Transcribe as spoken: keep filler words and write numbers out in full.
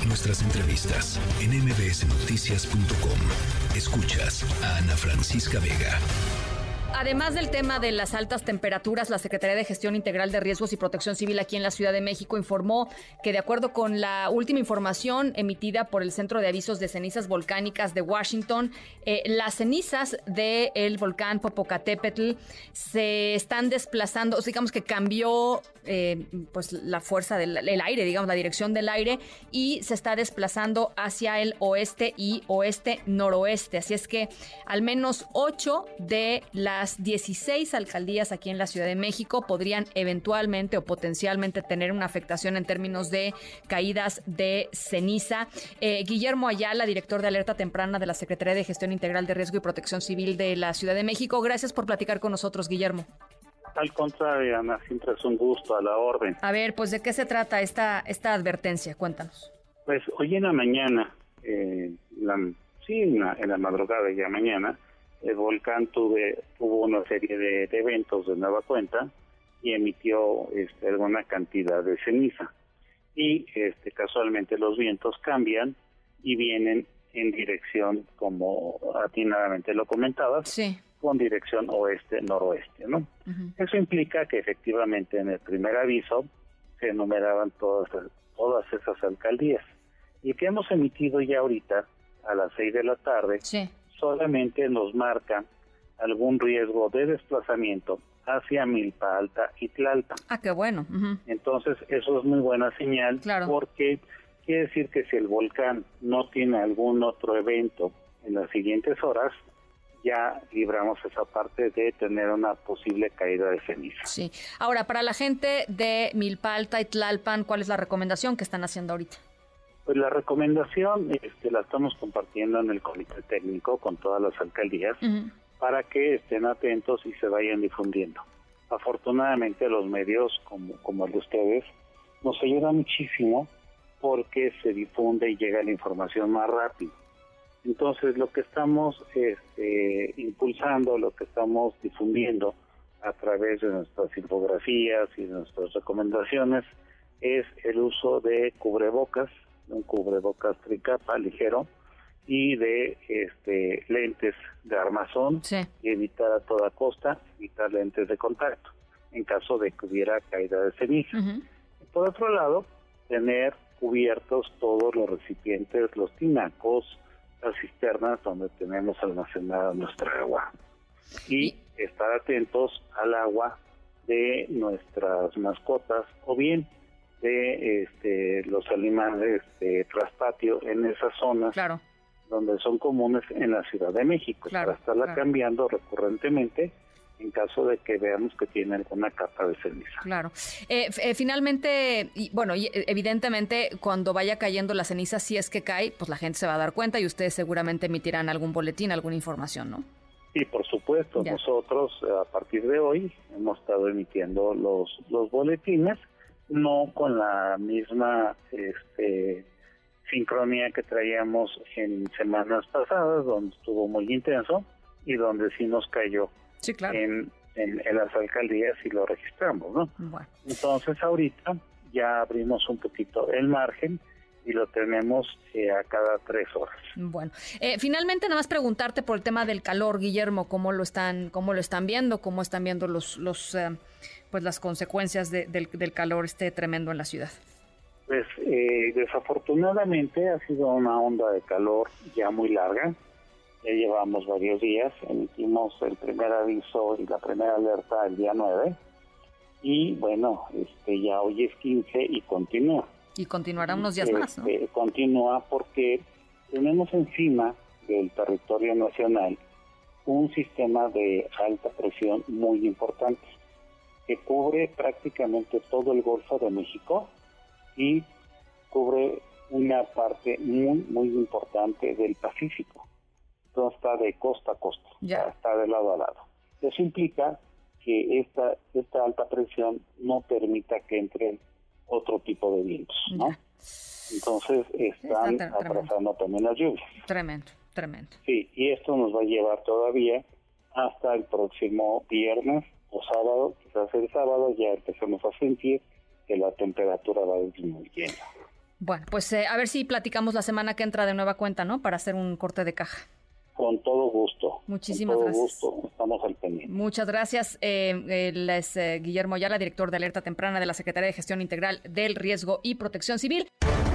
nuestras entrevistas en eme be ese noticias punto com. Escuchas a Ana Francisca Vega. Además del tema de las altas temperaturas, la Secretaría de Gestión Integral de Riesgos y Protección Civil aquí en la Ciudad de México informó que, de acuerdo con la última información emitida por el Centro de Avisos de Cenizas Volcánicas de Washington, eh, las cenizas del volcán Popocatépetl se están desplazando, digamos que cambió eh, pues la fuerza del el aire, digamos, la dirección del aire, y se está desplazando hacia el oeste y oeste-noroeste. Así es que al menos ocho de las Las dieciséis alcaldías aquí en la Ciudad de México podrían eventualmente o potencialmente tener una afectación en términos de caídas de ceniza. Eh, Guillermo Ayala, director de Alerta Temprana de la Secretaría de Gestión Integral de Riesgo y Protección Civil de la Ciudad de México. Gracias por platicar con nosotros, Guillermo. Al contrario, Ana, siempre es un gusto, a la orden. A ver, pues, ¿de qué se trata esta, esta advertencia? Cuéntanos. Pues hoy en la mañana, eh, la, sí, en la, en la madrugada de ya mañana, el volcán tuve, tuvo una serie de, de eventos de nueva cuenta y emitió este, alguna cantidad de ceniza. Y este, casualmente los vientos cambian y vienen en dirección, como atinadamente lo comentabas, sí, con dirección oeste-noroeste, ¿no? Uh-huh. Eso implica que efectivamente en el primer aviso se enumeraban todas, todas esas alcaldías. Y que hemos emitido ya ahorita a las seis de la tarde, sí, solamente nos marca algún riesgo de desplazamiento hacia Milpa Alta y Tlalpan. Ah, qué bueno. Uh-huh. Entonces, eso es muy buena señal, claro, porque quiere decir que si el volcán no tiene algún otro evento en las siguientes horas, ya libramos esa parte de tener una posible caída de ceniza. Sí. Ahora, para la gente de Milpa Alta y Tlalpan, ¿cuál es la recomendación que están haciendo ahorita? Pues la recomendación este, la estamos compartiendo en el comité técnico con todas las alcaldías, uh-huh, para que estén atentos y se vayan difundiendo. Afortunadamente los medios como, como el de ustedes nos ayudan muchísimo porque se difunde y llega la información más rápido. Entonces lo que estamos este, impulsando, lo que estamos difundiendo a través de nuestras infografías y de nuestras recomendaciones es el uso de cubrebocas, un cubrebocas tricapa ligero y de este lentes de armazón, sí, y evitar a toda costa, evitar lentes de contacto en caso de que hubiera caída de ceniza. Uh-huh. Por otro lado, tener cubiertos todos los recipientes, los tinacos, las cisternas donde tenemos almacenada nuestra agua, y, y estar atentos al agua de nuestras mascotas o bien de este, los animales de traspatio en esas zonas, claro, donde son comunes en la Ciudad de México, claro, para estarla claro. cambiando recurrentemente en caso de que veamos que tiene alguna capa de ceniza. Claro. Eh, eh, finalmente, y, bueno, y, evidentemente, cuando vaya cayendo la ceniza, si es que cae, pues la gente se va a dar cuenta y ustedes seguramente emitirán algún boletín, alguna información, ¿no? Sí, por supuesto. Ya. Nosotros, a partir de hoy, hemos estado emitiendo los, los boletines, no con la misma este, sincronía que traíamos en semanas pasadas, donde estuvo muy intenso y donde sí nos cayó, sí, claro, en, en, en las alcaldías y lo registramos, ¿no? Bueno. Entonces ahorita ya abrimos un poquito el margen y lo tenemos eh, a cada tres horas. Bueno, eh, finalmente nada más preguntarte por el tema del calor, Guillermo, cómo lo están, cómo lo están viendo, cómo están viendo los, los, eh, pues las consecuencias de, del, del calor este tremendo en la ciudad. Pues eh, desafortunadamente ha sido una onda de calor ya muy larga. Ya llevamos varios días, emitimos el primer aviso y la primera alerta el día nueve y bueno, este ya hoy es quince y continúa. Y continuará unos días este, más, ¿no? Continúa porque tenemos encima del territorio nacional un sistema de alta presión muy importante que cubre prácticamente todo el Golfo de México y cubre una parte muy, muy importante del Pacífico. Entonces está de costa a costa, ya. Está de lado a lado. Eso implica que esta, esta alta presión no permita que entre otro tipo de vientos, ¿no? Ya. Entonces están Está atrasando también las lluvias. Tremendo, tremendo. Sí, y esto nos va a llevar todavía hasta el próximo viernes o sábado, quizás el sábado ya empecemos a sentir que la temperatura va disminuyendo. Bueno, pues eh, a ver si platicamos la semana que entra de nueva cuenta, ¿no? Para hacer un corte de caja. Con todo gusto. Muchísimas con todo gracias. gusto. Estamos al pendiente. Muchas gracias. Eh, él es eh, Guillermo Ayala, director de Alerta Temprana de la Secretaría de Gestión Integral del Riesgo y Protección Civil.